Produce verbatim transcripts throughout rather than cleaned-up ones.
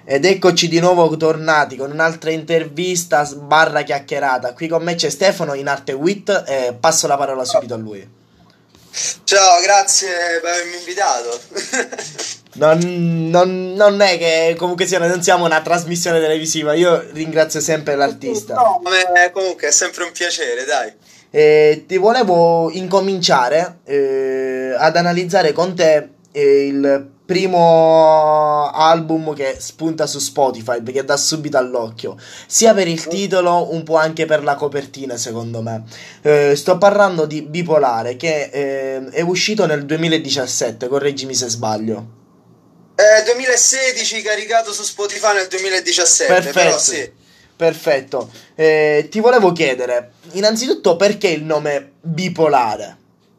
Ed eccoci di nuovo tornati con un'altra intervista sbarra chiacchierata. Qui con me c'è Stefano in arte Wit e passo la parola subito a lui. Ciao, grazie per avermi invitato. Non, non- non è che comunque sia, non siamo una trasmissione televisiva, io ringrazio sempre l'artista. No, ma comunque è sempre un piacere, dai. E ti volevo incominciare eh, ad analizzare con te eh, il primo album che spunta su Spotify, perché dà subito all'occhio, sia per il titolo, un po' anche per la copertina, secondo me. Eh, sto parlando di Bipolare, che eh, è uscito nel duemiladiciassette, correggimi se sbaglio. Eh, duemilasedici caricato su Spotify nel duemiladiciassette, però Perfetto, sì. perfetto. Eh, ti volevo chiedere, innanzitutto, perché il nome Bipolare?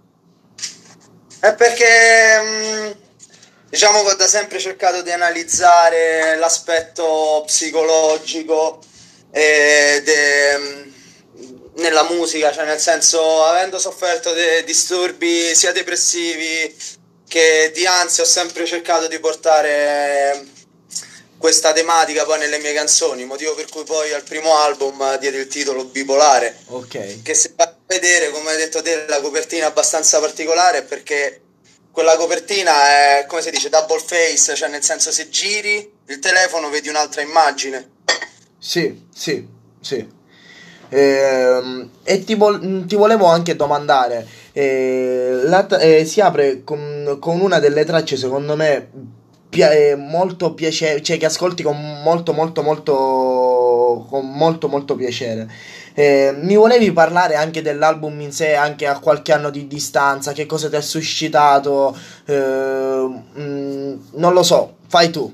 È perché, mh, diciamo che ho da sempre cercato di analizzare l'aspetto psicologico eh, de- mh, nella musica, cioè nel senso, avendo sofferto di disturbi sia depressivi che di ansia, ho sempre cercato di portare questa tematica poi nelle mie canzoni, motivo per cui poi al primo album diede il titolo Bipolare, Ok. che se vai a vedere, come hai detto te, la copertina è abbastanza particolare perché quella copertina è, come si dice, double face, cioè nel senso se giri il telefono vedi un'altra immagine. Sì, sì, sì. Ehm, e ti, vol- ti volevo anche domandare, eh, la tra- eh, si apre con, con una delle tracce secondo me pia- eh, molto piacevole, cioè che ascolti con molto molto molto con molto molto piacere. Eh, mi volevi parlare anche dell'album in sé, anche a qualche anno di distanza, che cosa ti ha suscitato? Eh, mm, non lo so, fai tu.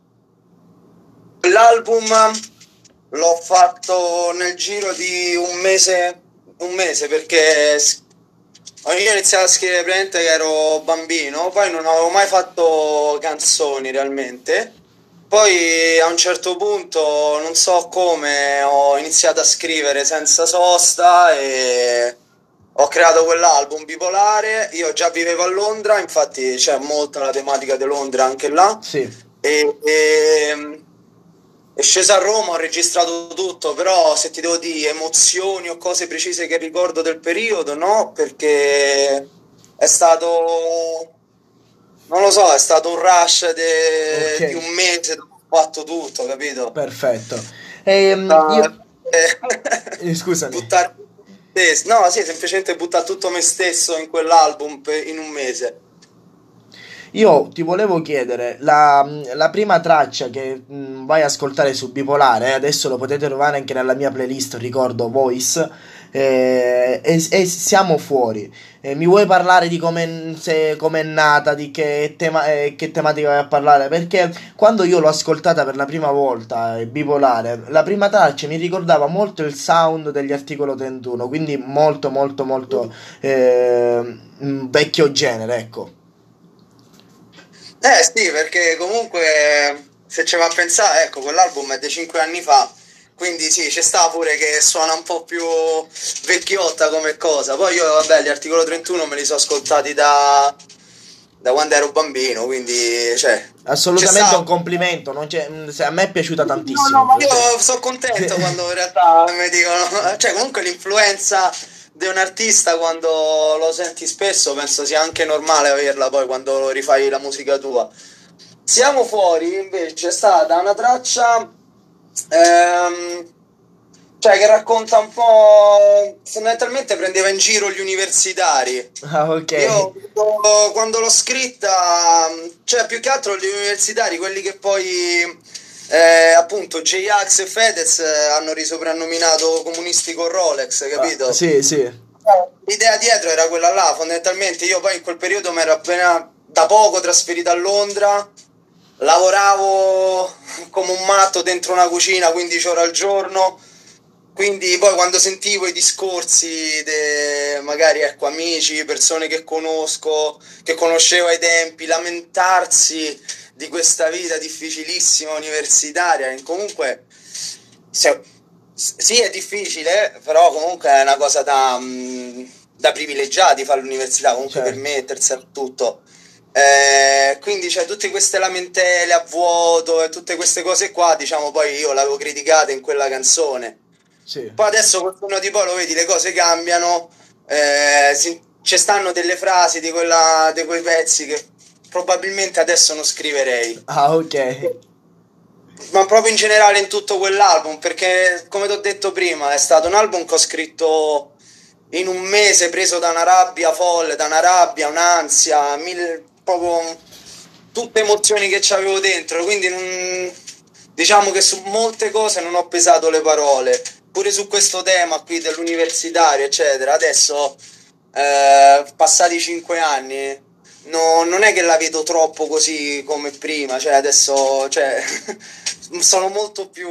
L'album l'ho fatto nel giro di un mese, un mese perché s- io ho iniziato a scrivere praticamente che ero bambino, poi non avevo mai fatto canzoni realmente. Poi a un certo punto, non so come, ho iniziato a scrivere senza sosta e ho creato quell'album Bipolare. Io già vivevo a Londra, infatti c'è molta la tematica di Londra anche là. Sì. E, e, è sceso a Roma, ho registrato tutto, però se ti devo dire emozioni o cose precise che ricordo del periodo, no, perché è stato, non lo so, è stato un rush Ok, de- di un mese dove ho fatto tutto, capito? perfetto. Ehm, Ah, io, eh, eh, scusami. buttare me stesso. No, sì, semplicemente buttare tutto me stesso in quell'album per- in un mese. Io ti volevo chiedere, la, la prima traccia che mh, vai a ascoltare su Bipolare, eh, adesso lo potete trovare anche nella mia playlist, ricordo Voice, eh, e, e siamo fuori. Eh, mi vuoi parlare di come se, com'è nata, di che, tema, eh, che tematica vai a parlare? Perché quando io l'ho ascoltata per la prima volta, eh, Bipolare, la prima traccia mi ricordava molto il sound degli Articolo trentuno, quindi molto molto molto eh, mh, vecchio genere, ecco. Eh sì, perché comunque se ci va a pensare, ecco, quell'album è di cinque anni fa, quindi sì, ci sta pure che suona un po' più vecchiotta come cosa. Poi io, vabbè, gli Articolo trentuno me li sono ascoltati da, da quando ero bambino, quindi, cioè, ci Assolutamente un sta. complimento, non c'è- mm, se- a me è piaciuta No, no, tantissimo. ma Cioè, io sono contento quando in realtà mi dicono, cioè comunque l'influenza di un artista quando lo senti spesso penso sia anche normale averla poi quando rifai la musica tua. Siamo fuori invece è stata una traccia ehm, cioè che racconta un po', fondamentalmente prendeva in giro gli universitari. ah, ok. Io quando quando l'ho scritta, cioè più che altro gli universitari, quelli che poi eh, appunto J-Ax e Fedez eh, hanno risoprannominato comunisti con Rolex, Ah, capito? sì, sì. L'idea dietro era quella là, fondamentalmente io poi in quel periodo mi ero appena da poco trasferito a Londra, lavoravo come un matto dentro una cucina quindici ore al giorno, quindi poi quando sentivo i discorsi de magari ecco amici, persone che conosco, che conoscevo ai tempi, lamentarsi di questa vita difficilissima universitaria, che comunque se- sì è difficile, però comunque è una cosa da, mm, da privilegiati fare l'università, comunque Certo. permettersela tutto. Eh, quindi c'è tutte queste lamentele a vuoto e tutte queste cose qua, diciamo, poi io l'avevo criticata in quella canzone. Sì. Poi adesso col senno di poi lo vedi, le cose cambiano, eh, si- ci stanno delle frasi di quella, di quei pezzi che probabilmente adesso non scriverei. Ah, ok. Ma proprio in generale in tutto quell'album, perché come ti ho detto prima, è stato un album che ho scritto in un mese, preso da una rabbia folle, da una rabbia, un'ansia, mille, proprio tutte emozioni che c'avevo dentro, quindi non, diciamo che su molte cose non ho pesato le parole, pure su questo tema qui dell'universitario, eccetera. Adesso, eh, passati cinque anni, no- non è che la vedo troppo così come prima, cioè adesso, cioè, sono molto più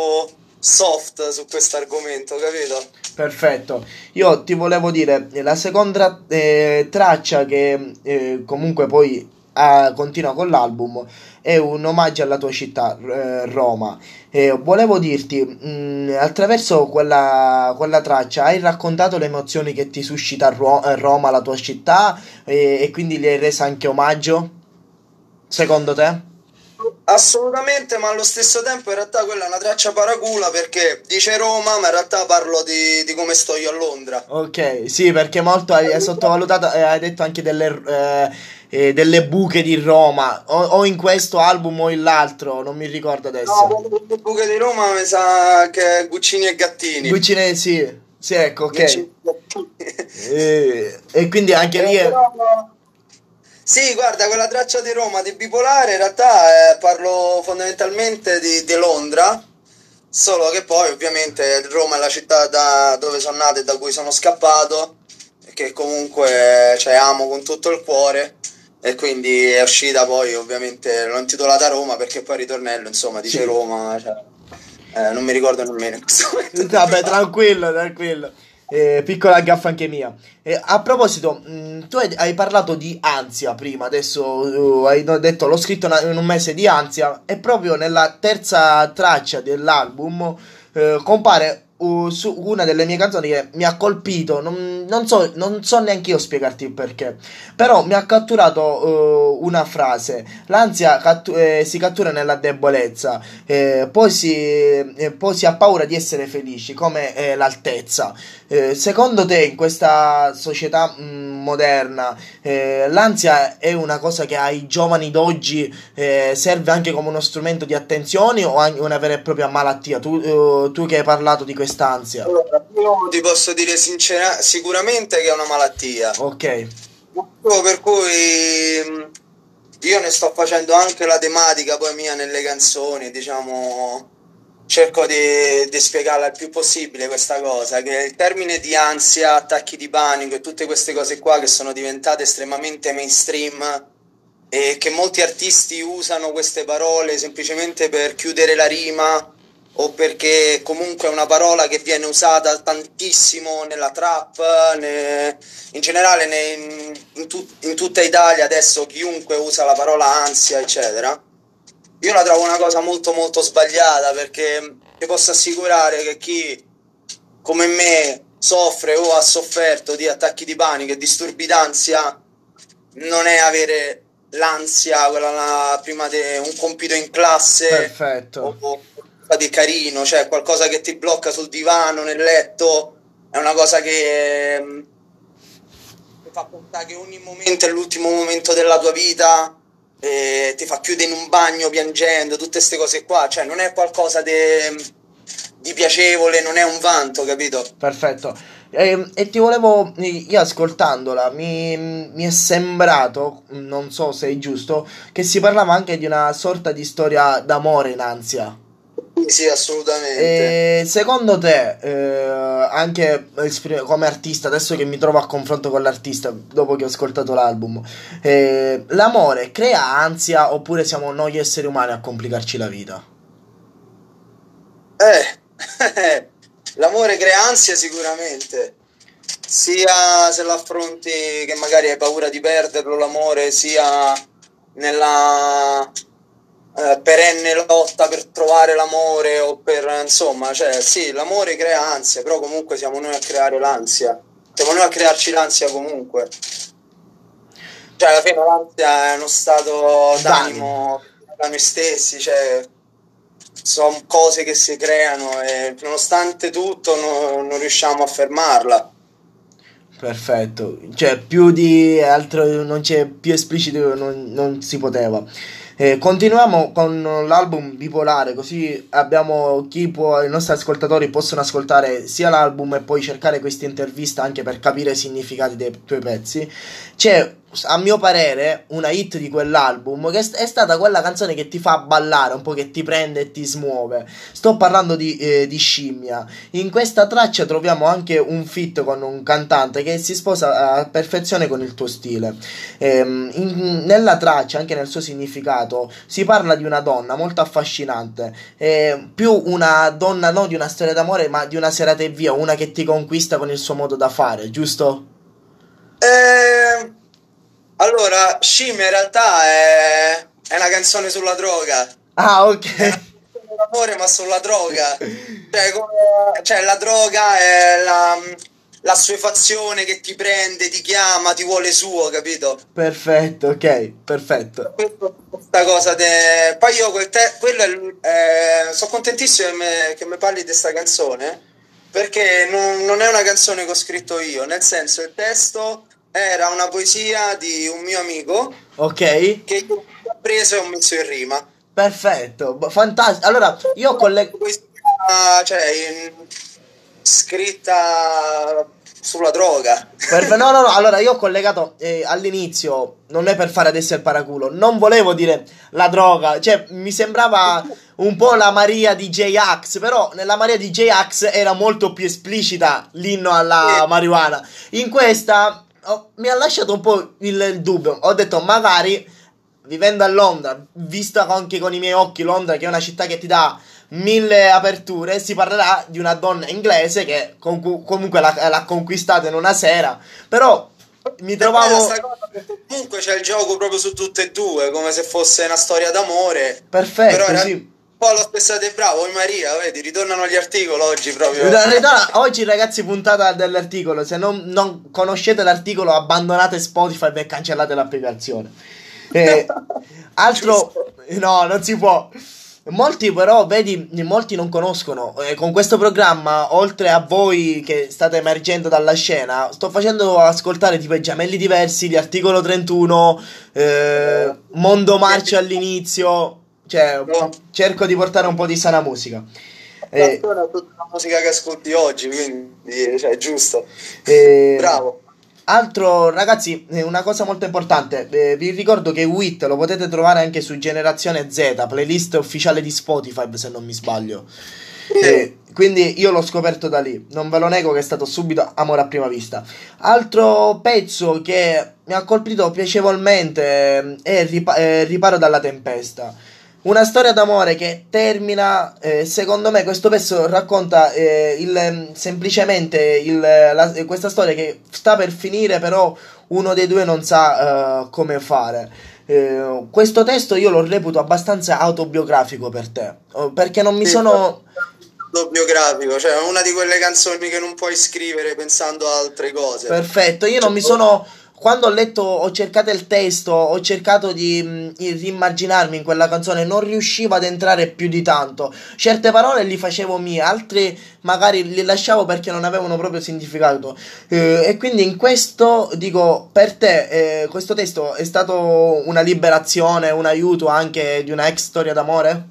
soft su questo argomento, capito? Perfetto. Io ti volevo dire, eh, la seconda eh, traccia che eh, comunque poi ah, continua con l'album è un omaggio alla tua città, eh, Roma. E volevo dirti, mh, attraverso quella, quella traccia hai raccontato le emozioni che ti suscita Ro- eh, Roma, la tua città, e, e quindi gli hai reso anche omaggio, secondo te? Assolutamente, ma allo stesso tempo in realtà quella è una traccia paracula perché dice Roma, ma in realtà parlo di, di come sto io a Londra. Ok, sì, perché molto hai, hai sottovalutato e hai detto anche delle, eh, eh, delle buche di Roma, o, o in questo album o in l'altro, non mi ricordo No, adesso. quello del buche di Roma mi sa che è Guccini e Gattini. Guccine, sì, sì, ecco, ok. Guccini e Gattini. E, e quindi anche lì Eh, è... però, sì, guarda, quella traccia di Roma di Bipolare in realtà eh, parlo fondamentalmente di, di Londra, solo che poi ovviamente Roma è la città da dove sono nato e da cui sono scappato, e che comunque cioè, amo con tutto il cuore, e quindi è uscita poi ovviamente, l'ho intitolata Roma perché poi il ritornello insomma dice Sì. Roma, cioè, eh, non mi ricordo nemmeno in questo momento dove Vabbè, va. tranquillo, tranquillo. Eh, piccola gaffa anche mia. Eh, a proposito, mh, tu hai, hai parlato di ansia prima, adesso uh, hai no- detto l'ho scritto una- in un mese di ansia e proprio nella terza traccia dell'album eh, compare uh, su una delle mie canzoni che mi ha colpito, non, non so, non so neanche io spiegarti il perché, però mi ha catturato uh, una frase, l'ansia cattu- eh, si cattura nella debolezza, eh, poi, si, eh, poi si ha paura di essere felici, come eh, l'altezza. Eh, secondo te, in questa società mh, moderna, eh, l'ansia è una cosa che ai giovani d'oggi eh, serve anche come uno strumento di attenzione o anche una vera e propria malattia? Tu, eh, tu che hai parlato di quest'ansia. Allora, io ti posso dire sincera, sicuramente che è una malattia. Ok, Motivo per cui mh, io ne sto facendo anche la tematica poi mia nelle canzoni, diciamo, cerco di, di spiegarla il più possibile questa cosa, che il termine di ansia, attacchi di panico e tutte queste cose qua che sono diventate estremamente mainstream e che molti artisti usano queste parole semplicemente per chiudere la rima o perché comunque è una parola che viene usata tantissimo nella trap, ne- in generale ne- in, in tut- in tutta Italia adesso chiunque usa la parola ansia, eccetera. Io la trovo una cosa molto molto sbagliata perché ti posso assicurare che chi come me soffre o ha sofferto di attacchi di panico e disturbi d'ansia non è avere l'ansia, quella là, prima di un compito in classe o perfetto. qualcosa di carino, cioè qualcosa che ti blocca sul divano, nel letto, è una cosa che ehm, ti fa pensare che ogni momento è l'ultimo momento della tua vita, e ti fa chiudere in un bagno piangendo, tutte queste cose qua, cioè non è qualcosa de- di piacevole, non è un vanto, capito? Perfetto. E, e ti volevo, io ascoltandola, mi, mi è sembrato, non so se è giusto, che si parlava anche di una sorta di storia d'amore in ansia. Sì, sì, assolutamente. E secondo te, eh, anche esprim- come artista, adesso che mi trovo a confronto con l'artista, dopo che ho ascoltato l'album, eh, l'amore crea ansia oppure siamo noi esseri umani a complicarci la vita? Eh, l'amore crea ansia sicuramente, sia se l'affronti che magari hai paura di perderlo l'amore, sia nella eh, perenne lotta per trovare l'amore o per, insomma, cioè sì, l'amore crea ansia, però comunque siamo noi a creare l'ansia, siamo noi a crearci l'ansia comunque. Cioè, alla fine l'ansia è uno stato d'animo. d'animo da noi stessi, cioè, sono cose che si creano e nonostante tutto no- non riusciamo a fermarla. Perfetto, cioè più di altro non c'è più esplicito, non, non si poteva. Eh, continuiamo con l'album Bipolare, così abbiamo chi può, i nostri ascoltatori possono ascoltare sia l'album e poi cercare questa intervista anche per capire i significati dei tuoi pezzi. C'è, a mio parere, una hit di quell'album che è stata quella canzone che ti fa ballare, un po' che ti prende e ti smuove. Sto parlando di, eh, di Scimmia. In questa traccia troviamo anche un feat con un cantante che si sposa a perfezione con il tuo stile. Ehm, in- nella traccia, anche nel suo significato, si parla di una donna molto affascinante, eh, più una donna non di una storia d'amore, ma di una serata e via, una che ti conquista con il suo modo da fare, giusto? Eh, allora, Scimmia in realtà è, è una canzone sulla droga. Ah, ok. È una canzone d'amore ma sulla droga. Cioè, come- cioè, la droga è la, la assuefazione che ti prende, ti chiama, ti vuole suo, capito? Perfetto, ok, perfetto. Questo- Questa cosa de... Poi io quel te... quello è l- eh, sono contentissimo che me, che mi parli di questa canzone perché non, non è una canzone che ho scritto io, nel senso il testo era una poesia di un mio amico Ok, che io ho preso e ho messo in rima. perfetto, fantastico. Allora, io colle- Poesia, cioè, in- scritta sulla droga. Perfe- no, no, no, allora io ho collegato eh, all'inizio, non è per fare adesso il paraculo, non volevo dire la droga, cioè mi sembrava un po' la Maria di J-Ax, però nella Maria di J-Ax era molto più esplicita l'inno alla Sì. marijuana. In questa oh, mi ha lasciato un po' il, il dubbio, ho detto magari vivendo a Londra, vista anche con i miei occhi Londra, che è una città che ti dà mille aperture, si parlerà di una donna inglese che con- comunque l'ha, l'ha conquistata in una sera, però mi È bella sta trovavo cosa perché comunque c'è il gioco proprio su tutte e due, come se fosse una storia d'amore, però perfetto, era sì. un po' lo stesso di bravo, oi Maria, vedi, ritornano gli articoli oggi In proprio. realtà, oggi ragazzi puntata dell'articolo, se non, non conoscete l'articolo abbandonate Spotify e cancellate l'applicazione. Eh, altro, Giusto. no, non si può. Molti però, vedi, molti non conoscono. Eh, con questo programma, oltre a voi che state emergendo dalla scena, sto facendo ascoltare tipo i Gemelli Diversi, gli Articolo trentuno, eh, Mondo Marcio all'inizio. Cioè, No, cerco di portare un po' di sana musica. Eh, attenzione a tutta la musica che ascolti oggi, quindi, cioè, giusto. eh, Bravo. altro, ragazzi, eh, una cosa molto importante, eh, vi ricordo che W I T lo potete trovare anche su Generazione Z, playlist ufficiale di Spotify se non mi sbaglio. Sì. Eh, quindi io l'ho scoperto da lì, non ve lo nego che è stato subito amore a prima vista. Altro pezzo che mi ha colpito piacevolmente eh, è Ripa- eh, Riparo dalla tempesta. Una storia d'amore che termina, eh, secondo me questo pezzo racconta eh, il, semplicemente il, la- questa storia che sta per finire, però uno dei due non sa eh, come fare. Eh, questo testo io lo reputo abbastanza autobiografico per te, oh, perché non mi Sì, sono... biografico, cioè una di quelle canzoni che non puoi scrivere pensando a altre cose. Perfetto, io non Cioè, mi sono... Quando ho letto, ho cercato il testo, ho cercato di mh, rimmaginarmi in quella canzone, non riuscivo ad entrare più di tanto. Certe parole li facevo mie, altre magari li lasciavo perché non avevano proprio significato. Eh, e quindi in questo, dico, per te, eh, questo testo è stato una liberazione, un aiuto anche di una ex storia d'amore?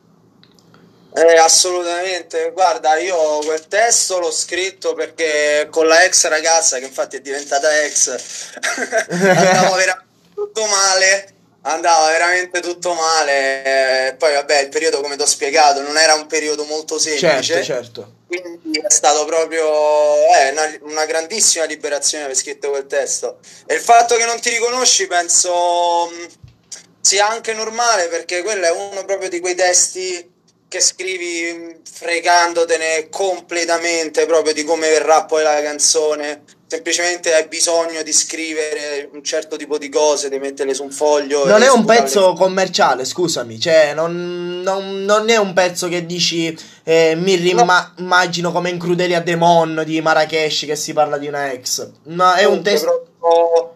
Eh, assolutamente, guarda, io quel testo l'ho scritto perché con la ex ragazza, che infatti è diventata ex, andavo veramente tutto male, andava veramente tutto male. E poi vabbè, il periodo, come ti ho spiegato, non era un periodo molto Certo, semplice, certo. quindi è stato proprio eh, una, una grandissima liberazione aver scritto quel testo. E il fatto che non ti riconosci, penso mh, sia anche normale, perché quello è uno proprio di quei testi che scrivi mh, fregandotene completamente proprio di come verrà poi la canzone. Semplicemente hai bisogno di scrivere un certo tipo di cose, di metterle su un foglio Non e è un sputarle. pezzo commerciale, scusami, cioè non, non- non è un pezzo che dici eh, mi No, immagino come in Crudeli a Demon di Marrakesh che si parla di una ex. No, è un niente, testo... proprio.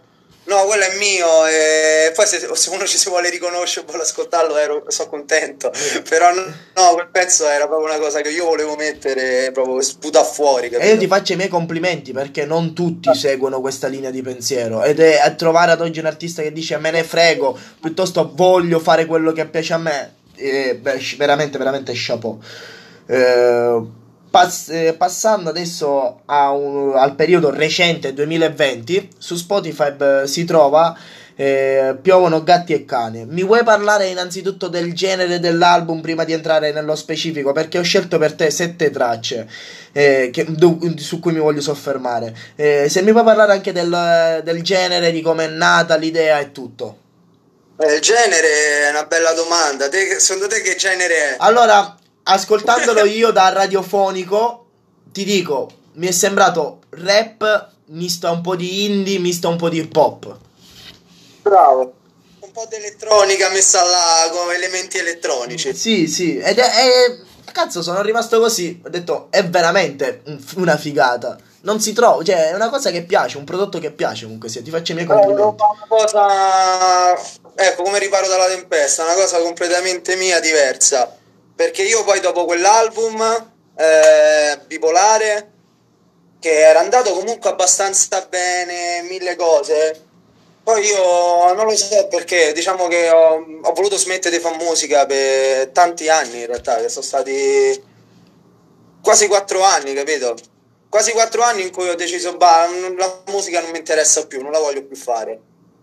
No, quello è mio e poi se, se uno ci si vuole riconoscere e vuole ascoltarlo ero, sono contento, però no, no, quel pezzo era proprio una cosa che io volevo mettere proprio sputa fuori, E io ti capito? faccio i miei complimenti perché non tutti seguono questa linea di pensiero ed è a trovare ad oggi un artista che dice me ne frego, piuttosto voglio fare quello che piace a me, e, beh, sci- veramente, veramente chapeau. Eh, pass- eh, passando adesso a un- al periodo recente duemilaventi, su Spotify eh, si trova eh, Piovono gatti e cani. Mi vuoi parlare innanzitutto del genere dell'album prima di entrare nello specifico? Perché ho scelto per te sette tracce eh, che- du- su cui mi voglio soffermare. Eh, se mi puoi parlare anche del, del genere, di come è nata l'idea e tutto. Eh, il genere è una bella domanda. Te- secondo te che genere Allora, ascoltandolo è? io da radiofonico, ti dico, mi è sembrato rap misto a un po' di indie, misto a un po' di hip hop. Bravo. Un po' di elettronica messa là come elementi Mm, elettronici. sì, sì, ed è, è- cazzo, sono rimasto così. Ho detto, è veramente un- una figata. Non si trova, cioè, è una cosa che piace, un prodotto che piace comunque sia. Ti faccio i miei Però volevo complimenti. fare una cosa, ecco, come riparo dalla tempesta, una cosa completamente mia, diversa. Perché io poi dopo quell'album, eh, Bipolare, che era andato comunque abbastanza bene, mille cose, poi io non lo so perché, diciamo che ho, ho voluto smettere di fare musica per tanti anni in realtà, che sono stati quasi quattro anni, capito? Quasi quattro anni in cui ho deciso, bah, non- la musica non mi interessa più, non la voglio più fare.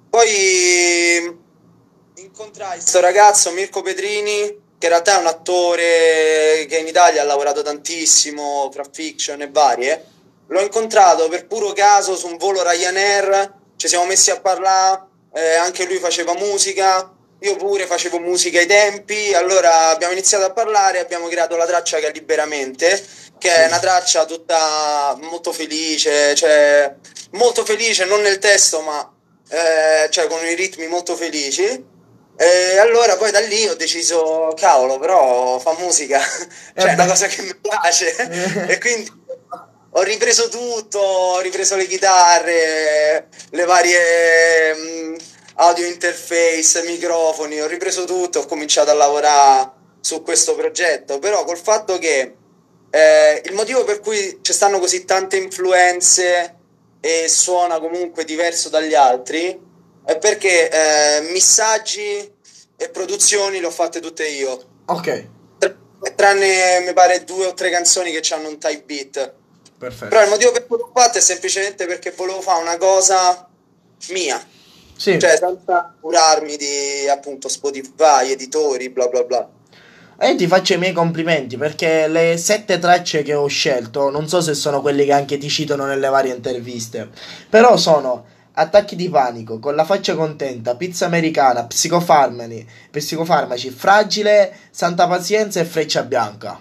Poi incontrai questo ragazzo, Mirko Petrini, che in realtà è un attore che in Italia ha lavorato tantissimo, fra fiction e varie. L'ho incontrato per puro caso su un volo Ryanair, ci siamo messi a parlare, eh, anche lui faceva musica, io pure facevo musica ai tempi, allora abbiamo iniziato a parlare e abbiamo creato la traccia che è Liberamente, che è Sì. una traccia tutta molto felice, cioè molto felice non nel testo ma eh, cioè con i ritmi molto felici. E allora poi da lì ho deciso, cavolo, però fa musica, E cioè è una beh. cosa che mi piace e quindi ho ripreso tutto, ho ripreso le chitarre, le varie mh, audio interface, microfoni, ho ripreso tutto, ho cominciato a lavorare su questo progetto, però col fatto che eh, il motivo per cui ci stanno così tante influenze e suona comunque diverso dagli altri è perché eh, missaggi e produzioni le ho fatte tutte io. Ok, Tr- Tranne mi pare due o tre canzoni che hanno un type beat. Però perfetto. il motivo per cui l'ho fatto è semplicemente perché volevo fare una cosa mia, Sì. cioè senza curarmi di appunto Spotify, editori, bla bla bla. E io ti faccio i miei complimenti perché le sette tracce che ho scelto, non so se sono quelle che anche ti citano nelle varie interviste, però sono Attacchi di panico, Con la faccia contenta, Pizza americana, Psicofarmani, Psicofarmaci, Fragile, Santa pazienza e Freccia bianca.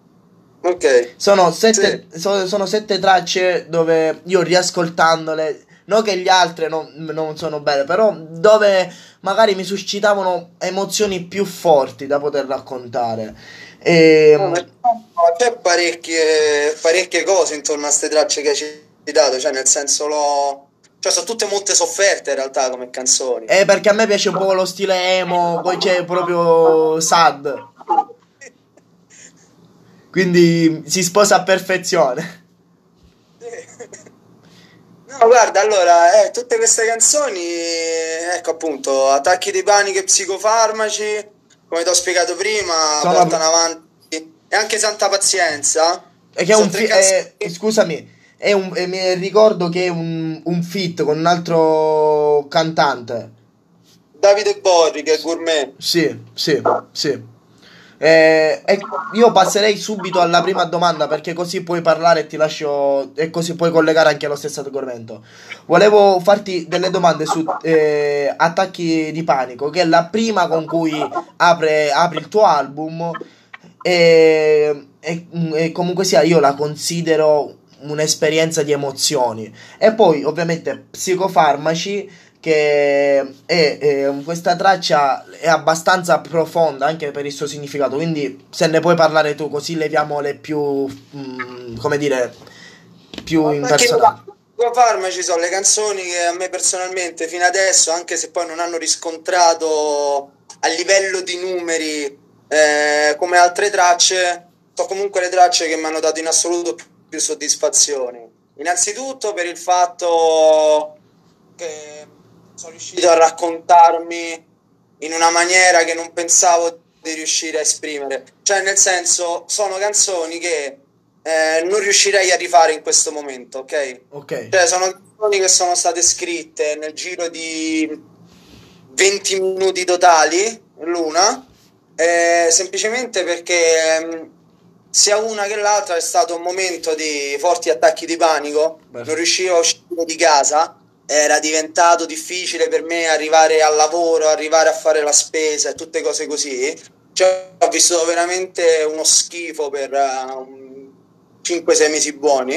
Ok, Sono sì. sette, so- sono sette tracce dove io riascoltandole, non che gli altri non, non sono belle, però dove magari mi suscitavano emozioni più forti da poter raccontare. No, E, ma c'è parecchie, parecchie cose intorno a queste tracce che hai citato, cioè nel senso lo... cioè sono tutte molto sofferte in realtà come canzoni. e perché a me piace un po' lo stile emo, poi c'è proprio sad, quindi si sposa a perfezione. Sì. No, guarda, allora, eh, tutte queste canzoni, ecco appunto, attacchi di panico e psicofarmaci, come ti ho spiegato prima, Sono portano avanti, e anche Santa Pazienza, è che è sono un tre fi- canzoni, è- scusami, è un, eh, mi ricordo che è un, un feat con un altro cantante. Davide Borri che è gourmet. Sì, sì, sì. Eh, e io passerei subito alla prima domanda perché così puoi parlare e ti lascio e così puoi collegare anche allo stesso argomento. Volevo farti delle domande su eh, Attacchi di panico, che è la prima con cui apre, apri il tuo album e, e- e comunque sia io la considero un'esperienza di emozioni. E poi ovviamente Psicofarmaci che è, è- questa traccia è abbastanza profonda anche per il suo significato, quindi se ne puoi parlare tu così leviamo le più, mm, come dire, più No, attacchi di impersonali. panico, Psicofarmaci sono le canzoni che a me personalmente fino adesso, anche se poi non hanno riscontrato a livello di numeri eh, come altre tracce, sono comunque le tracce che mi hanno dato in assoluto più, più soddisfazioni. Innanzitutto per il fatto che sono riuscito a raccontarmi in una maniera che non pensavo di riuscire a esprimere. Cioè, nel senso, sono canzoni che eh, non riuscirei a rifare in questo momento, ok? Ok. Cioè, sono canzoni che sono state scritte nel giro di venti minuti totali, l'una, eh, semplicemente perché mh, sia una che l'altra è stato un momento di forti attacchi di panico, Beh. non riuscivo a uscire di casa, era diventato difficile per me arrivare al lavoro, arrivare a fare la spesa e tutte cose così. Cioè, ho vissuto veramente uno schifo per uh, cinque sei mesi buoni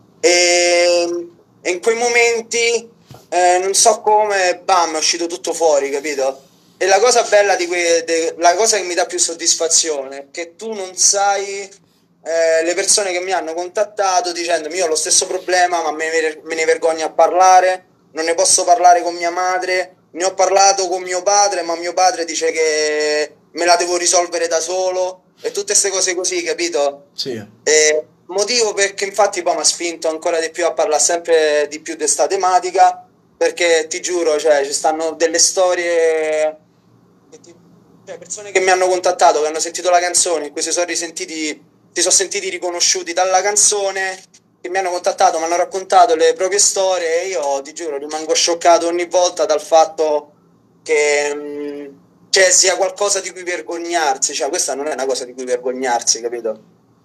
e, e in quei momenti eh, non so come, bam, è uscito tutto fuori, capito? E la cosa bella di que- de- la cosa che mi dà più soddisfazione è che tu non sai eh, le persone che mi hanno contattato dicendomi io ho lo stesso problema ma me ne, me ne vergogno a parlare, non ne posso parlare con mia madre, ne ho parlato con mio padre ma mio padre dice che me la devo risolvere da solo e tutte queste cose così, capito? Sì. E motivo perché infatti poi mi ha spinto ancora di più a parlare sempre di più di sta tematica, perché ti giuro, cioè ci stanno delle storie che ti- cioè, persone che mi hanno contattato, che hanno sentito la canzone, in cui si sono risentiti, si sono sentiti riconosciuti dalla canzone, che mi hanno contattato, mi hanno raccontato le proprie storie e io ti giuro rimango scioccato ogni volta dal fatto che mh, cioè, sia qualcosa di cui vergognarsi, cioè questa non è una cosa di cui vergognarsi, capito?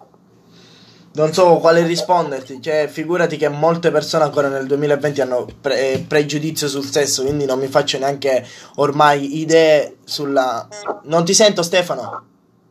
Non so quale risponderti, cioè figurati che molte persone ancora nel duemilaventi hanno pre- eh, pregiudizio sul sesso, quindi non mi faccio neanche ormai idee sulla... Non ti sento, Stefano?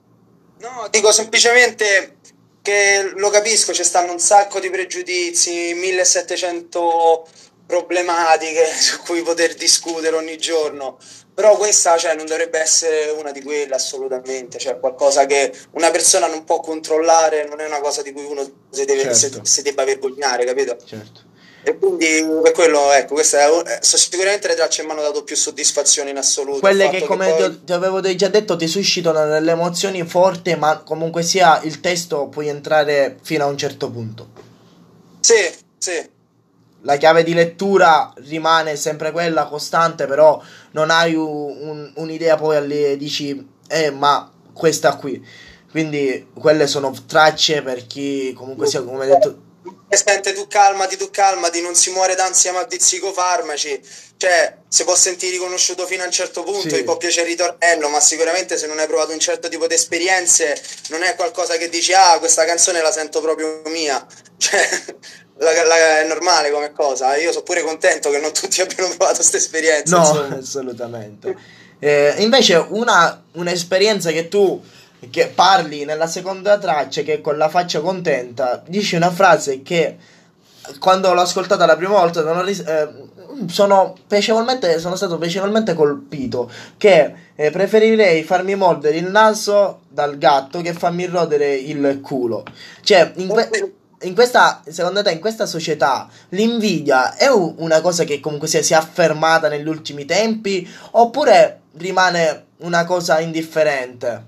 No, dico semplicemente che lo capisco, ci stanno un sacco di pregiudizi, millesettecento problematiche su cui poter discutere ogni giorno, però questa, cioè, non dovrebbe essere una di quelle assolutamente, cioè qualcosa che una persona non può controllare, non è una cosa di cui uno si deve, si, Certo. si debba vergognare, capito? Certo. E quindi per quello, ecco, queste è- sono sicuramente le tracce che mi hanno dato più soddisfazione in assoluto, il Quelle che, fatto che come ti, poi... ho- ti avevo già detto, ti suscitano delle emozioni forti, ma comunque sia il testo puoi entrare fino a un certo punto. Sì, sì. La chiave di lettura rimane sempre quella costante, però non hai un- un- un'idea poi alle, dici, eh, ma questa qui. Quindi quelle sono tracce per chi comunque sia, come hai detto, Sente, tu calmati, tu calmati, non si muore d'ansia ma di psicofarmaci. Cioè, si può sentire riconosciuto fino a un certo punto, sì, ti può piacere il ritornello, ma sicuramente se non hai provato un certo tipo di esperienze, non è qualcosa che dici, ah, questa canzone la sento proprio mia. Cioè, la- la- è normale come cosa. Io sono pure contento che non tutti abbiano provato questa esperienza, no, insomma. assolutamente. Eh, invece una, un'esperienza che tu che parli nella seconda traccia, che con la faccia contenta, dici una frase che quando l'ho ascoltata la prima volta non ho ris- eh, sono piacevolmente sono stato piacevolmente colpito che eh, preferirei farmi mordere il naso dal gatto che farmi rodere il culo. Cioè, in, que- in questa, secondo te, in questa società l'invidia è u- una cosa che comunque sia, si è affermata negli ultimi tempi oppure rimane una cosa indifferente?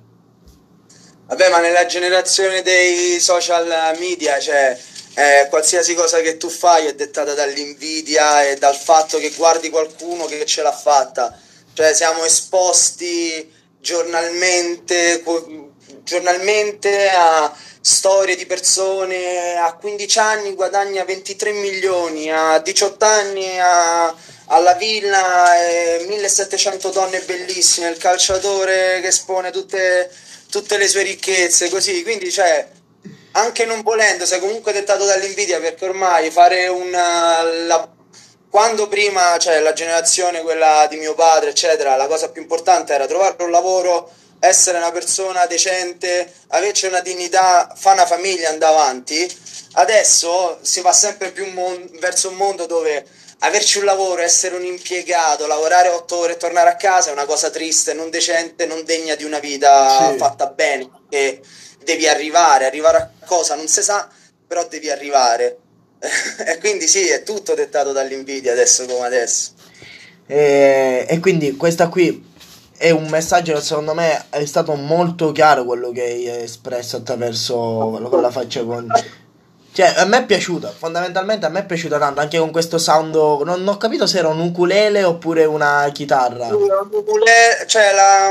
Vabbè, ma nella generazione dei social media, cioè, eh, qualsiasi cosa che tu fai è dettata dall'invidia e dal fatto che guardi qualcuno che ce l'ha fatta. Cioè, siamo esposti giornalmente, qu- giornalmente a storie di persone a quindici anni guadagna ventitré milioni, a diciotto anni a- alla villa e millesettecento donne bellissime, il calciatore che espone tutte tutte le sue ricchezze, così, quindi cioè, anche non volendo, sei comunque dettato dall'invidia perché ormai fare una... La, quando prima, cioè la generazione, quella di mio padre, eccetera, la cosa più importante era trovare un lavoro, essere una persona decente, averci una dignità, fare una famiglia, andare avanti. Adesso si va sempre più mon- verso un mondo dove averci un lavoro, essere un impiegato, lavorare otto ore e tornare a casa è una cosa triste, non decente, non degna di una vita Sì, fatta bene. E devi arrivare, arrivare a cosa non si sa, però devi arrivare. E quindi sì, è tutto dettato dall'invidia adesso come adesso. E, e quindi questa qui è un messaggio che secondo me è stato molto chiaro quello che hai espresso attraverso con la faccia con... Cioè, a me è piaciuta, fondamentalmente a me è piaciuta tanto, anche con questo sound, non ho capito se era un ukulele oppure una chitarra. Ukulele, cioè la,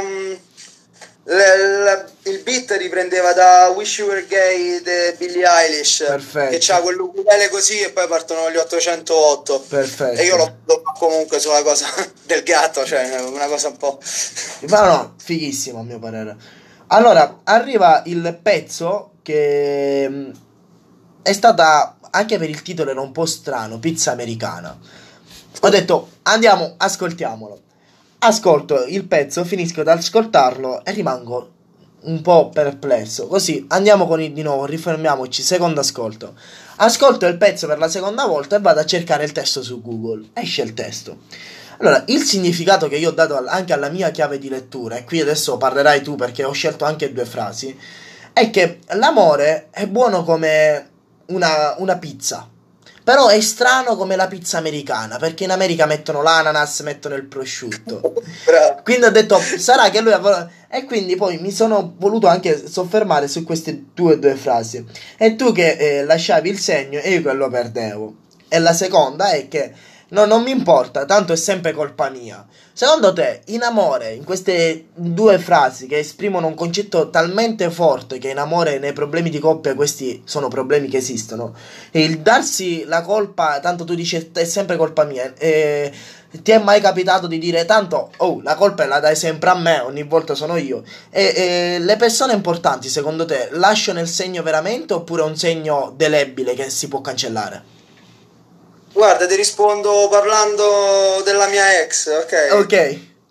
la- la- il beat riprendeva da Wish You Were Gay di Billie Eilish, che Perfetto, c'ha quell'ukulele così e poi partono gli ottocentootto. E io perfetto. l'ho l'ho fatto comunque sulla cosa del gatto, cioè una cosa un po'... Ma no, fighissimo a mio parere. Allora, arriva il pezzo che mh, è stata, anche per il titolo era un po' strano, pizza americana. Ho detto, andiamo, ascoltiamolo. Ascolto il pezzo, finisco ad ascoltarlo e rimango un po' perplesso. Così andiamo con il di nuovo, rifermiamoci, secondo ascolto. Ascolto il pezzo per la seconda volta e vado a cercare il testo su Google. Esce il testo. Allora, il significato che io ho dato al- anche alla mia chiave di lettura, e qui adesso parlerai tu perché ho scelto anche due frasi, è che l'amore è buono come una, una pizza. Però è strano come la pizza americana, perché in America mettono l'ananas, mettono il prosciutto. Bravo. Quindi ho detto, sarà che lui ha... E quindi poi mi sono voluto anche soffermare su queste tue due frasi. E tu che eh, lasciavi il segno e io che lo perdevo. E la seconda è che no, non mi importa, tanto è sempre colpa mia. Secondo te, in amore, in queste due frasi che esprimono un concetto talmente forte che in amore, nei problemi di coppia, questi sono problemi che esistono, e il darsi la colpa, tanto tu dici è sempre colpa mia, eh, ti è mai capitato di dire tanto, oh, la colpa la dai sempre a me, ogni volta sono io? E, e le persone importanti, secondo te, lasciano il segno veramente oppure è un segno delebile che si può cancellare? Guarda, ti rispondo parlando della mia ex, ok? Ok,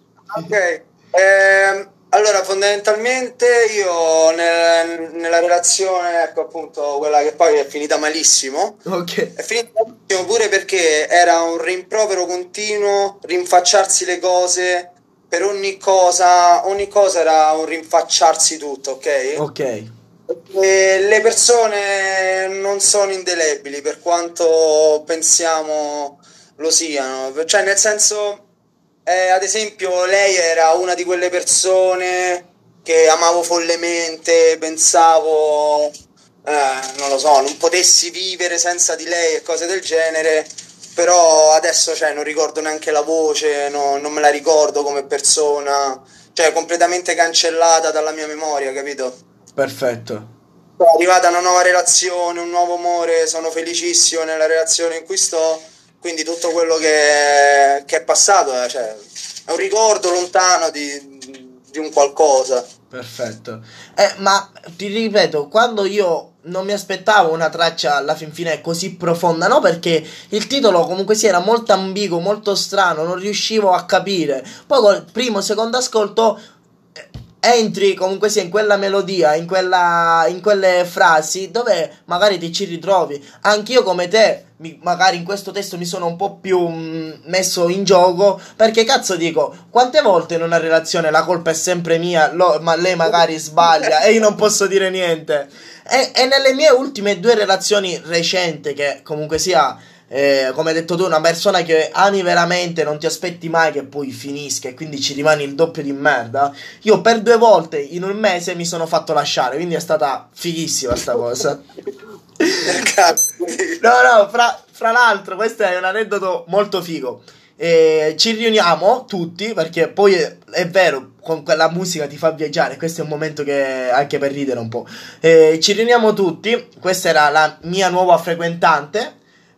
Ok. Ehm, allora, fondamentalmente io nel- nella relazione, ecco appunto, quella che poi è finita malissimo, ok, è finita malissimo pure perché era un rimprovero continuo, rinfacciarsi le cose, per ogni cosa, ogni cosa era un rinfacciarsi tutto, ok? ok, E le persone non sono indelebili per quanto pensiamo lo siano, cioè nel senso, eh, ad esempio, lei era una di quelle persone che amavo follemente, pensavo, eh, non lo so, non potessi vivere senza di lei e cose del genere, però adesso, cioè, non ricordo neanche la voce, no- non me la ricordo come persona, cioè completamente cancellata dalla mia memoria, capito? perfetto. È arrivata una nuova relazione, un nuovo amore, sono felicissimo nella relazione in cui sto, quindi tutto quello che, che è passato, eh, cioè, è un ricordo lontano di, di un qualcosa. Perfetto. Eh, ma ti ripeto, quando io non mi aspettavo una traccia alla fin fine così profonda, no? Perché il titolo comunque sì era molto ambiguo, molto strano, non riuscivo a capire. Poi col primo, secondo ascolto eh, entri comunque sia in quella melodia, in quella, in quelle frasi dove magari ti ci ritrovi. Anch'io come te, mi- magari in questo testo mi sono un po' più mh, messo in gioco perché cazzo dico, quante volte in una relazione la colpa è sempre mia, lo- ma lei magari sbaglia e io non posso dire niente. E, e nelle mie ultime due relazioni recenti, che comunque sia, eh, come hai detto tu, una persona che ami veramente, non ti aspetti mai che poi finisca e quindi ci rimani il doppio di merda. Io per due volte in un mese mi sono fatto lasciare, quindi è stata fighissima sta cosa. Cazzo. No, no, fra, fra l'altro, questo è un aneddoto molto figo. Eh, ci riuniamo tutti perché poi è, è vero, con quella musica ti fa viaggiare. Questo è un momento che anche per ridere un po'. Eh, ci riuniamo tutti. Questa era la mia nuova frequentante.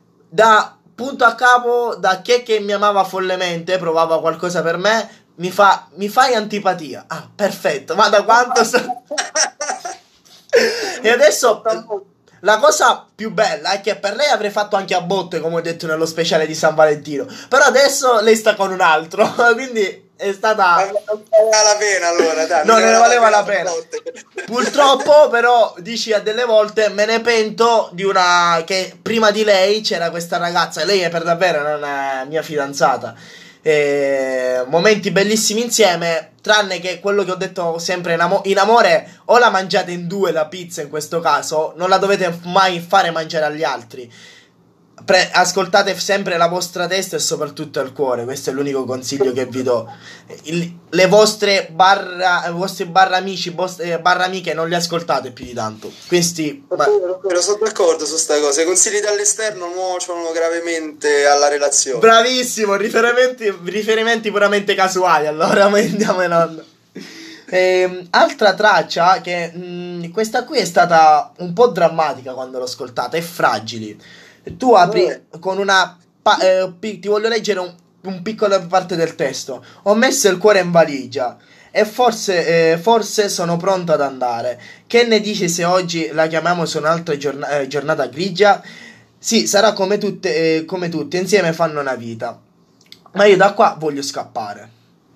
Da punto a capo, da che che mi amava follemente, provava qualcosa per me. Mi fa, mi fai antipatia. Ah, perfetto. Ma da quanto so. E adesso la cosa più bella è che per lei avrei fatto anche a botte, come ho detto nello speciale di San Valentino. Però adesso lei sta con un altro. Quindi è Ma stata. non valeva la pena allora, dai, No, non ne valeva la per pena. botte. Purtroppo, però, dici a delle volte me ne pento di una. Che prima di lei c'era questa ragazza. E lei è per davvero non è mia fidanzata. E momenti bellissimi insieme. Tranne che quello che ho detto sempre in, amo- in amore, o la mangiate in due la pizza in questo caso, non la dovete mai fare mangiare agli altri. Pre- ascoltate sempre la vostra testa e soprattutto il cuore, questo è l'unico consiglio che vi do. Il- le vostre barra, i vostri barra amici, vostre barra amiche non li ascoltate più di tanto. Questi, È ma- vero, è vero, sono d'accordo su sta cosa. I consigli dall'esterno nuociono gravemente alla relazione. bravissimo, riferimenti, riferimenti puramente casuali. Allora, ma andiamo in onda. Ehm, altra traccia che mh, questa qui è stata un po' drammatica quando l'ho ascoltata, è Fragili. Tu apri Eh. con una pa- eh, pi- ti voglio leggere un, un piccolo parte del testo. Ho messo il cuore in valigia e forse, eh, forse sono pronto ad andare. Che ne dici se oggi la chiamiamo su un'altra giorna- eh, giornata grigia? Sì, sarà come tutte, eh, come tutte, insieme fanno una vita. Ma io da qua voglio scappare.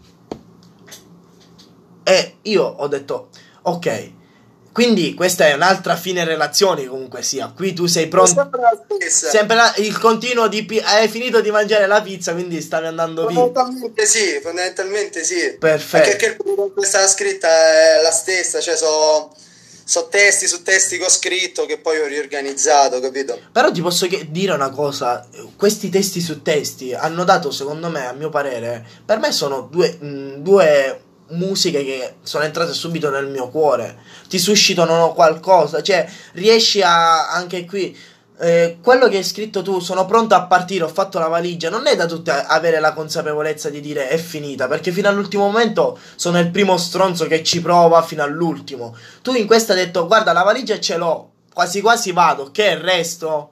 E io ho detto, ok, quindi questa è un'altra fine relazione comunque sia. Qui tu sei pronto. Sempre la stessa. Sempre la- il continuo di pi- hai finito di mangiare la pizza, quindi stavi andando via. Fondamentalmente sì, fondamentalmente sì. Perfetto. Anche perché il periodo in cui stata scritta è la stessa, cioè so, so testi su testi che ho scritto che poi ho riorganizzato, capito? Però ti posso che- dire una cosa, questi testi su testi hanno dato, secondo me, a mio parere, per me sono due, mh, due musiche che sono entrate subito nel mio cuore, ti suscitano qualcosa, cioè riesci a, anche qui, eh, quello che hai scritto tu, sono pronto a partire, ho fatto la valigia, non è da tutti a- avere la consapevolezza di dire è finita, perché fino all'ultimo momento sono il primo stronzo che ci prova fino all'ultimo. Tu in questa hai detto, guarda, la valigia ce l'ho, quasi quasi vado, che il resto?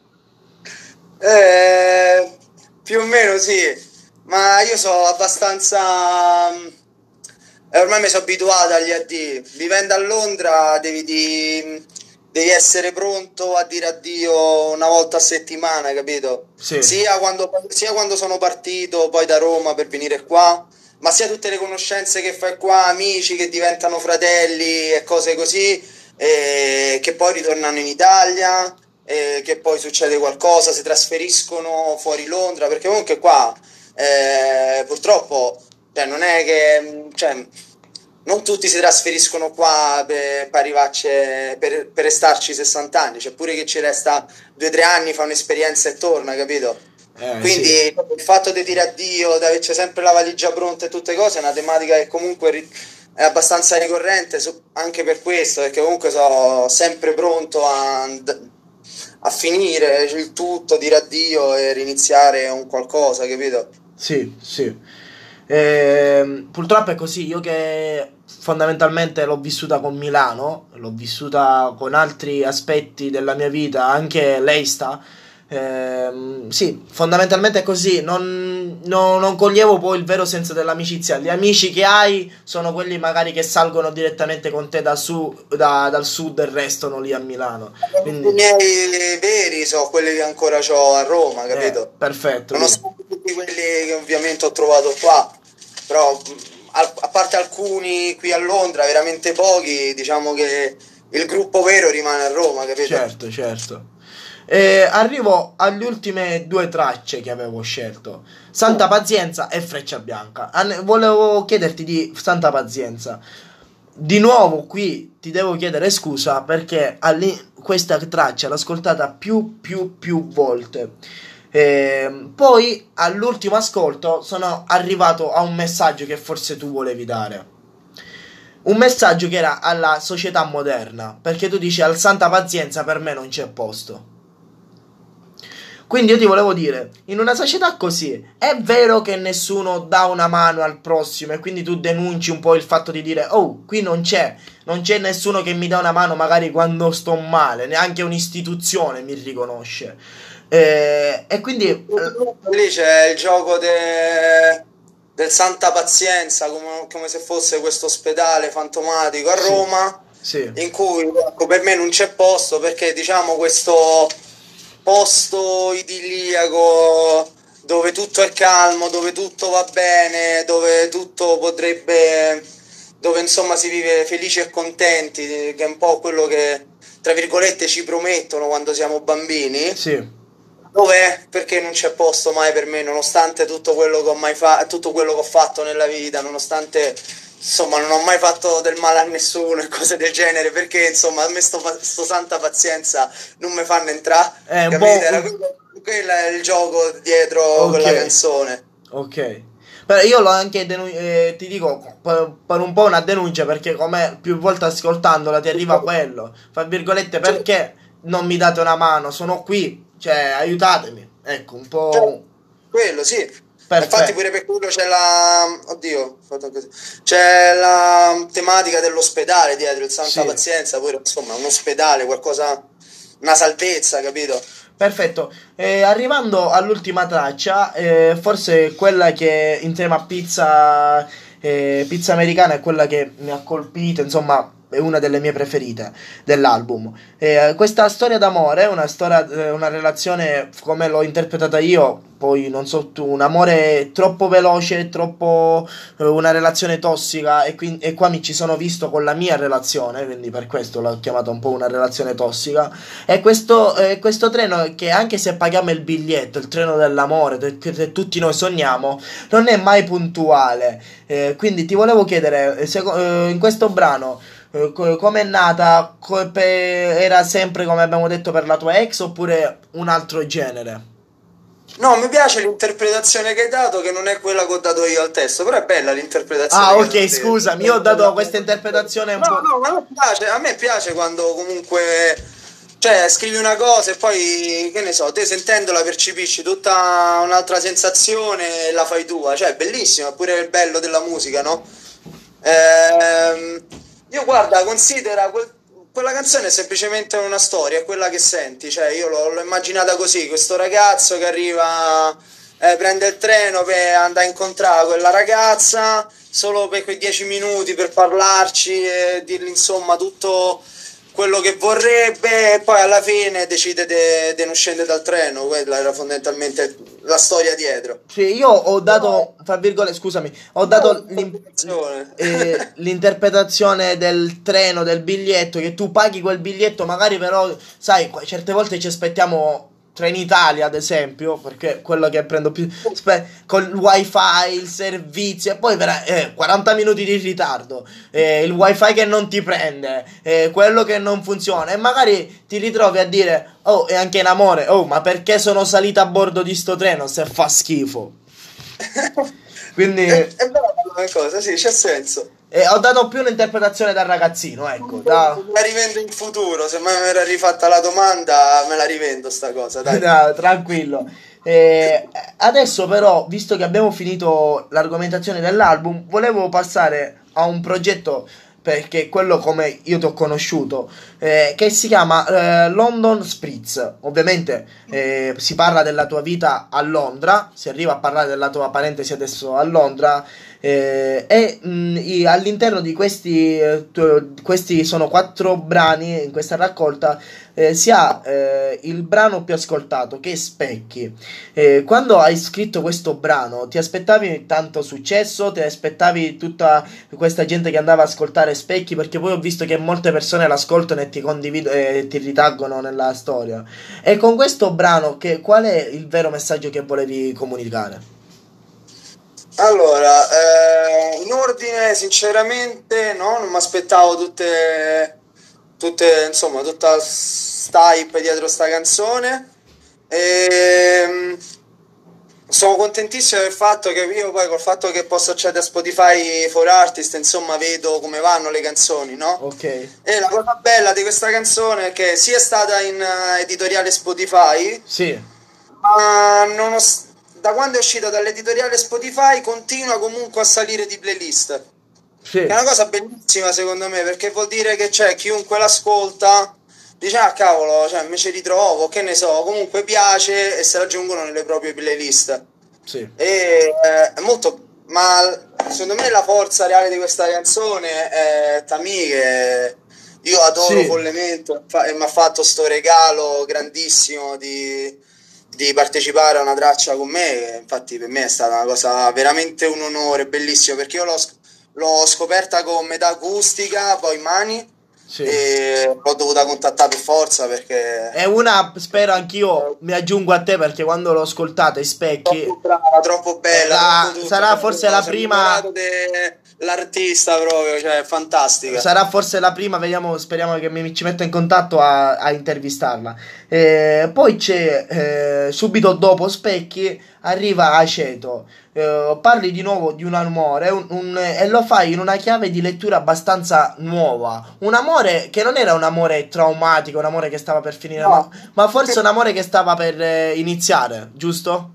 Eh, più o meno sì, ma io sono abbastanza... eh, ormai mi sono abituato agli addii. Vivendo a Londra devi, di- devi essere pronto a dire addio una volta a settimana, capito? Sì. Sia quando, sia quando sono partito poi da Roma per venire qua, ma sia tutte le conoscenze che fai qua, amici che diventano fratelli e cose così, e che poi ritornano in Italia, e che poi succede qualcosa, si trasferiscono fuori Londra, perché comunque qua eh, purtroppo cioè, non è che cioè, non tutti si trasferiscono qua per, per arrivarci per, per restarci sessanta anni, c'è pure chi ci resta due o tre anni, fa un'esperienza e torna, capito? Eh, Quindi sì. il fatto di dire addio, di averci sempre la valigia pronta e tutte cose è una tematica che comunque ri- è abbastanza ricorrente su- anche per questo, perché comunque sono sempre pronto a, a finire il tutto, dire addio e riniziare un qualcosa, capito? Sì, sì. Ehm, purtroppo è così. Io che fondamentalmente l'ho vissuta con Milano, l'ho vissuta con altri aspetti della mia vita, anche lei sta. Ehm, sì, fondamentalmente è così. Non, no- non coglievo poi il vero senso dell'amicizia. Gli amici che hai sono quelli magari che salgono direttamente con te da su, da- dal sud e restano lì a Milano. I Quindi, miei veri sono quelli che ancora ho a Roma, eh, capito? perfetto. Quindi. Nonostante tutti quelli che ovviamente ho trovato qua, però mh, al- a parte alcuni qui a Londra, veramente pochi, diciamo che il gruppo vero rimane a Roma, capito? Certo, certo. E arrivo alle ultime due tracce che avevo scelto: Santa Pazienza e Freccia Bianca. An- volevo chiederti di Santa Pazienza. Di nuovo qui ti devo chiedere scusa perché all'in- questa traccia l'ho ascoltata più, più, più volte. Ehm, poi all'ultimo ascolto sono arrivato a un messaggio che forse tu volevi dare. Un messaggio che era alla società moderna, perché tu dici al Santa Pazienza per me non c'è posto. Quindi io ti volevo dire, in una società così, è vero che nessuno dà una mano al prossimo e quindi tu denunci un po' il fatto di dire, oh, qui non c'è, non c'è nessuno che mi dà una mano magari quando sto male, neanche un'istituzione mi riconosce. Eh, e quindi, eh, Lì c'è il gioco de- del Santa Pazienza, come, come se fosse questo ospedale fantomatico a sì, Roma, sì, in cui ecco, per me non c'è posto perché diciamo questo posto idilliaco dove tutto è calmo, dove tutto va bene, dove tutto potrebbe, dove insomma si vive felici e contenti, che è un po' quello che tra virgolette ci promettono quando siamo bambini. sì, Dov'è? Perché non c'è posto mai per me, nonostante tutto quello che ho mai fa- tutto quello che ho fatto nella vita, nonostante insomma non ho mai fatto del male a nessuno e cose del genere, perché insomma a me sto, fa- sto santa pazienza non mi fanno entrare, è un capite? po', Era un, quello, quello è il gioco dietro Ok. quella canzone. Ok. Però io l'ho anche denu- eh, ti dico per, per un po' una denuncia, perché come più volte ascoltandola ti arriva quello, fra virgolette, Cioè, perché non mi date una mano? Sono qui, cioè aiutatemi. Ecco, un cioè, po'. quello sì. Infatti Perfetto. pure per quello c'è la... Oddio, ho fatto così. C'è la tematica dell'ospedale dietro, il Santa Sì. Pazienza, pure insomma un ospedale, qualcosa, una salvezza, capito? Perfetto. Eh, arrivando all'ultima traccia, eh, forse quella che insieme a Pizza, eh, Pizza Americana è quella che mi ha colpito, insomma, è una delle mie preferite dell'album. Eh, questa storia d'amore, una storia, eh, una relazione come l'ho interpretata io, poi non so tu, un amore troppo veloce, troppo eh, una relazione tossica, e, qui, e qua mi ci sono visto con la mia relazione, quindi per questo l'ho chiamata un po' una relazione tossica. E questo, eh, questo treno, che anche se paghiamo il biglietto, il treno dell'amore, che che tutti noi sogniamo, non è mai puntuale. Eh, quindi ti volevo chiedere, eh, se, eh, in questo brano, eh, co- come è nata? Co- pe- era sempre come abbiamo detto per la tua ex, oppure un altro genere? No, mi piace l'interpretazione che hai dato, che non è quella che ho dato io al testo, però è bella l'interpretazione Ah, che hai ok, dato te. scusami, io ho dato questa interpretazione un No, po'. no, ma a me piace, a me piace quando comunque, cioè, scrivi una cosa e poi, che ne so, te sentendola percepisci tutta un'altra sensazione e la fai tua, cioè, è bellissimo, è pure il bello della musica, no? Ehm, io guarda, considera quel- quella canzone è semplicemente una storia, è quella che senti, cioè io l'ho, l'ho immaginata così, questo ragazzo che arriva, eh, prende il treno per andare a incontrare quella ragazza, solo per quei dieci minuti per parlarci e dirgli insomma tutto quello che vorrebbe e poi alla fine decide di non scendere dal treno, quella era fondamentalmente la storia dietro. Sì, io ho Però, dato, fra virgolette, scusami, ho però dato l'im- l'interpretazione. eh, l'interpretazione del treno, del biglietto, che tu paghi quel biglietto, magari però, sai, qu- certe volte ci aspettiamo Trenitalia, ad esempio, perché è quello che prendo più, spe- con il wifi, il servizio, e poi per, eh, quaranta minuti di ritardo, eh, il wifi che non ti prende, eh, quello che non funziona, e magari ti ritrovi a dire, oh, e anche in amore, oh, ma perché sono salita a bordo di sto treno se fa schifo? Quindi È, è bella come cosa, sì, c'ha senso. eh, ho dato più un'interpretazione da ragazzino, ecco, da, Me la rivendo in futuro, se mai mi era rifatta la domanda, me la rivendo sta cosa, dai. da- tranquillo. Eh, adesso però, visto che abbiamo finito l'argomentazione dell'album, volevo passare a un progetto, perché quello come io ti ho conosciuto, eh, che si chiama eh, London Spritz. Ovviamente eh, si parla della tua vita a Londra, si arriva a parlare della tua parentesi adesso a Londra, eh, e mh, i- all'interno di questi, eh, tu- questi sono quattro brani in questa raccolta. Eh, si ha eh, il brano più ascoltato, che è Specchi. Eh, quando hai scritto questo brano, ti aspettavi tanto successo? Ti aspettavi tutta questa gente che andava a ascoltare Specchi? Perché poi ho visto che molte persone l'ascoltano e ti condividono e ti ritaggono nella storia. E con questo brano, che, qual è il vero messaggio che volevi comunicare? Allora, eh, in ordine, sinceramente, no, non mi aspettavo tutte, tutte, insomma, tutta sta hype dietro sta canzone. Ehm, sono contentissimo del fatto che io poi col fatto che posso accedere a Spotify for Artist, insomma, vedo come vanno le canzoni, no? Ok, E la cosa bella di questa canzone è che sia stata in eh, editoriale Spotify, sì, ma nonos- da quando è uscita dall'editoriale Spotify continua comunque a salire di playlist. Che è sì, una cosa bellissima secondo me, perché vuol dire che c'è chiunque l'ascolta, dice ah cavolo, cioè mi ci ritrovo, che ne so, comunque piace e se raggiungono nelle proprie playlist. sì, E eh, è molto, ma secondo me la forza reale di questa canzone è Tamì, che io adoro sì, follemente fa- e mi ha fatto sto regalo grandissimo di, di partecipare a una traccia con me, che infatti per me è stata una cosa veramente un onore, bellissimo, perché io l'ho sc- l'ho scoperta con metà acustica, poi mani, sì. e l'ho dovuta contattare per forza perché È una, spero anch'io mi aggiungo a te, perché quando l'ho ascoltata, i Specchi, troppo brava, troppo è bella, troppo la- tutto. sarà Cioè, forse io la sono prima. innamorato de- l'artista proprio, cioè fantastica. Sarà forse la prima, vediamo, speriamo che mi ci metta in contatto a, a intervistarla. Eh, poi c'è, eh, subito dopo Specchi, arriva Aceto. Eh, parli di nuovo di un amore un- un- e lo fai in una chiave di lettura abbastanza nuova. Un amore che non era un amore traumatico, un amore che stava per finire, ma, No. ma forse un amore che stava per eh, iniziare, giusto?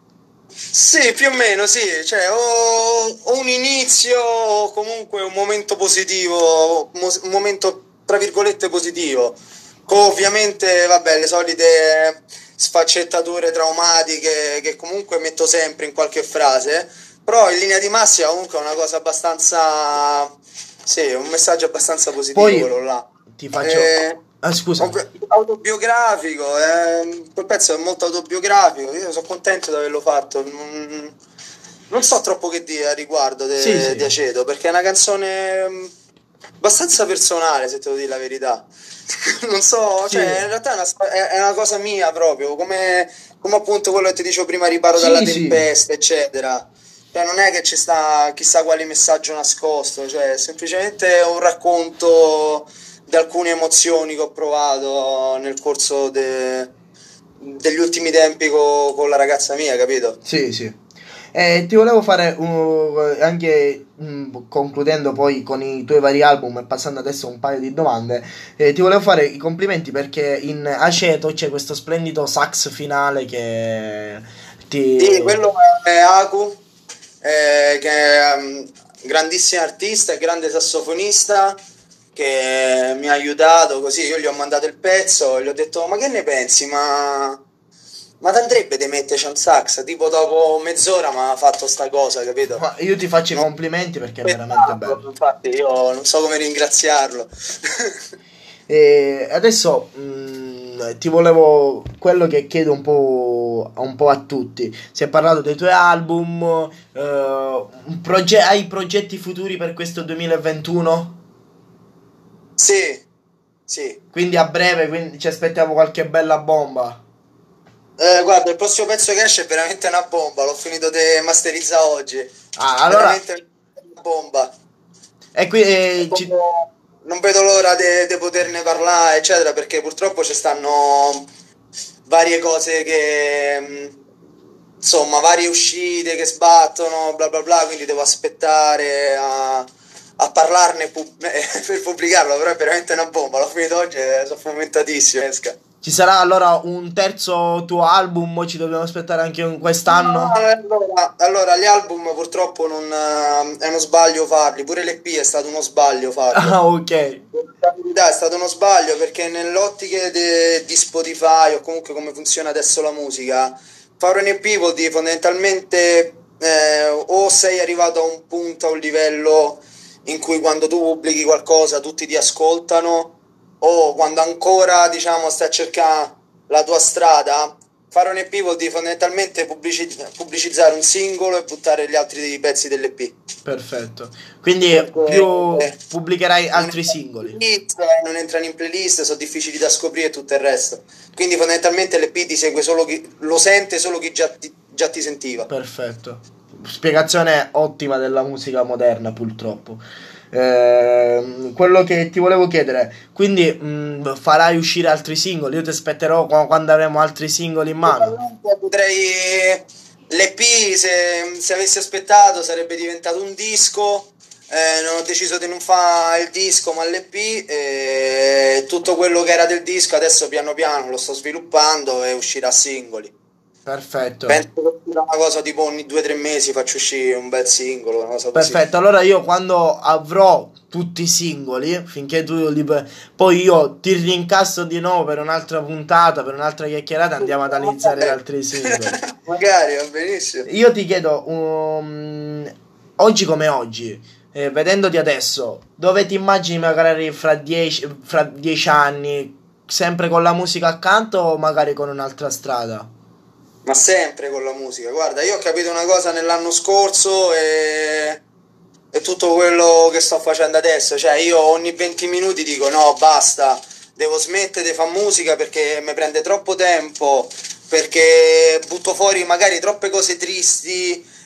Sì, più o meno, sì, cioè o, o un inizio o comunque un momento positivo, mo- un momento tra virgolette positivo. Ovviamente, vabbè, le solite sfaccettature traumatiche che comunque metto sempre in qualche frase, però in linea di massima comunque è una cosa abbastanza, sì, un messaggio abbastanza positivo Poi quello là. ti faccio... Eh, Ah, scusami. ovvi- autobiografico, eh, quel pezzo è molto autobiografico, io sono contento di averlo fatto. Non, non so troppo che dire a riguardo Sì, de- di sì. Aceto, perché è una canzone mm, abbastanza personale, se te lo dico la verità. Non so, Sì. cioè, in realtà è una, sto- è- è una cosa mia proprio, come, come appunto quello che ti dicevo prima, riparo Sì, dalla sì. tempesta, eccetera. Cioè, non è che ci sta chissà quale messaggio nascosto, cioè, è semplicemente un racconto di alcune emozioni che ho provato nel corso de- degli ultimi tempi co- con la ragazza mia, capito? Sì, sì. E ti volevo fare uh, anche mm, concludendo poi con i tuoi vari album e passando adesso a un paio di domande, eh, ti volevo fare i complimenti perché in Aceto c'è questo splendido sax finale che Sì, ti... quello è Aku, eh, che è un grandissimo artista e grande sassofonista che mi ha aiutato così. Io gli ho mandato il pezzo e gli ho detto: Ma che ne pensi? Ma, ma t'andrebbe di metterci un sax? Tipo dopo mezz'ora mi ha fatto sta cosa, capito? Ma io ti faccio i Non complimenti perché è veramente aspettavo, bello. infatti io non so come ringraziarlo. E adesso mh, ti volevo quello che chiedo un po', un po' a tutti. Si è parlato dei tuoi album, eh, un proge- hai progetti futuri per questo duemilaventuno? Sì, sì. Quindi a breve, quindi ci aspettiamo qualche bella bomba. Eh, guarda, il prossimo pezzo che esce è veramente una bomba, l'ho finito di masterizzare oggi. Ah, allora, Veramente una bomba. e qui E eh, ci- proprio non vedo l'ora di poterne parlare, eccetera, perché purtroppo ci stanno varie cose che, mh, insomma, varie uscite che sbattono, bla bla bla, quindi devo aspettare a, a parlarne pub- per pubblicarlo, però è veramente una bomba, l'ho finito oggi e sono fomentatissimo, esca. ci sarà allora un terzo tuo album, o ci dobbiamo aspettare anche un- No, quest'anno? allora, allora, gli album purtroppo non, eh, è uno sbaglio farli, pure l'E P è stato uno sbaglio farlo. Ah, ok, La verità è stato uno sbaglio perché nell'ottica de- di Spotify o comunque come funziona adesso la musica, fare un E P vuol dire fondamentalmente eh, o sei arrivato a un punto, a un livello in cui quando tu pubblichi qualcosa tutti ti ascoltano o quando ancora diciamo stai a cercare la tua strada. Fare un E P vuol dire fondamentalmente pubblici- pubblicizzare un singolo e buttare gli altri pezzi dell'E P. perfetto. Quindi più Perché pubblicherai non altri entrano in singoli. playlist, non entrano in playlist, sono difficili da scoprire e tutto il resto. Quindi fondamentalmente l'E P ti segue solo chi lo sente solo chi già ti, già ti sentiva. Perfetto. Spiegazione ottima della musica moderna, purtroppo. Ehm, quello che ti volevo chiedere, quindi mh, farai uscire altri singoli? Io ti aspetterò qua- quando avremo altri singoli in mano. Probabilmente potrei l'E P se, se avessi aspettato sarebbe diventato un disco. Eh, non ho deciso di non fare il disco ma l'E P e tutto quello che era del disco adesso piano piano lo sto sviluppando e uscirà a singoli. Perfetto. Penso che uscirà una cosa tipo ogni due o tre mesi faccio uscire un bel singolo, una cosa così. Perfetto, allora io quando avrò tutti i singoli, finché tu li... poi io ti rincasso di nuovo per un'altra puntata, per un'altra chiacchierata, andiamo ad analizzare gli altri singoli. Magari, va benissimo. Io ti chiedo, um, oggi come oggi, eh, vedendoti adesso, dove ti immagini magari fra dieci, fra dieci anni, sempre con la musica accanto o magari con un'altra strada? Ma sempre con la musica. Guarda, io ho capito una cosa nell'anno scorso e... e tutto quello che sto facendo adesso. Cioè, io ogni venti minuti dico no, basta, devo smettere di fare musica perché mi prende troppo tempo, perché butto fuori magari troppe cose tristi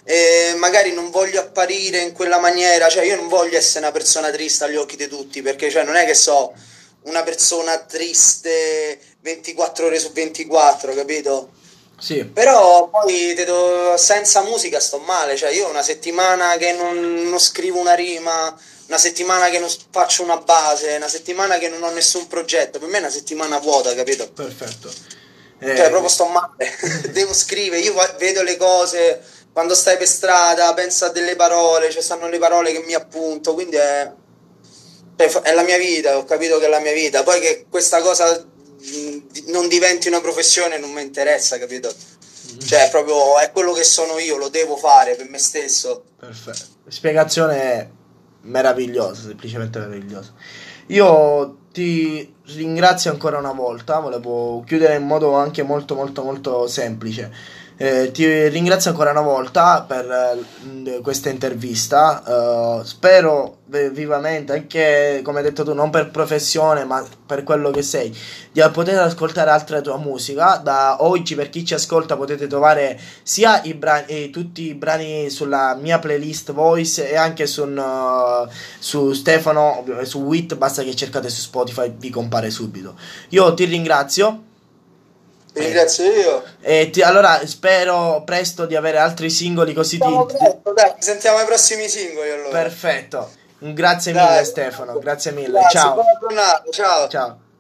e magari non voglio apparire in quella maniera, cioè io non voglio essere una persona triste agli occhi di tutti, perché cioè non è che so una persona triste ventiquattro ore su ventiquattro, capito? Sì, Però poi te do- senza musica sto male, cioè io una settimana che non, non scrivo una rima, una settimana che non s- faccio una base, una settimana che non ho nessun progetto, per me è una settimana vuota, capito? perfetto. Cioè Eh, proprio sto male, devo scrivere, io va- vedo le cose, quando stai per strada, penso a delle parole, ci stanno le parole che mi appunto, quindi è, cioè, fa- è la mia vita, ho capito che è la mia vita, poi che questa cosa mh, di- non diventi una professione non mi interessa, capito? Cioè, proprio è quello che sono io, lo devo fare per me stesso. perfetto. Spiegazione meravigliosa, semplicemente meravigliosa. Io ti ringrazio ancora una volta, volevo chiudere in modo anche molto molto molto semplice. Eh, ti ringrazio ancora una volta per eh, questa intervista. Eh, spero eh, vivamente, anche come hai detto tu, non per professione, ma per quello che sei, di poter ascoltare altra tua musica. Da oggi, per chi ci ascolta, potete trovare sia i brani, eh, tutti i brani sulla mia playlist Voice e anche su, uh, su Stefano, ovvio- su Wit, basta che cercate su Spotify, vi compare subito. Io ti ringrazio. Ti E, ringrazio io. e ti- allora spero presto di avere altri singoli così ti, Siamo ti- presto, dai, ci sentiamo ai prossimi singoli allora. perfetto. Grazie mille Dai, Stefano, grazie mille. grazie, Ciao. buona giornata, ciao. Ciao.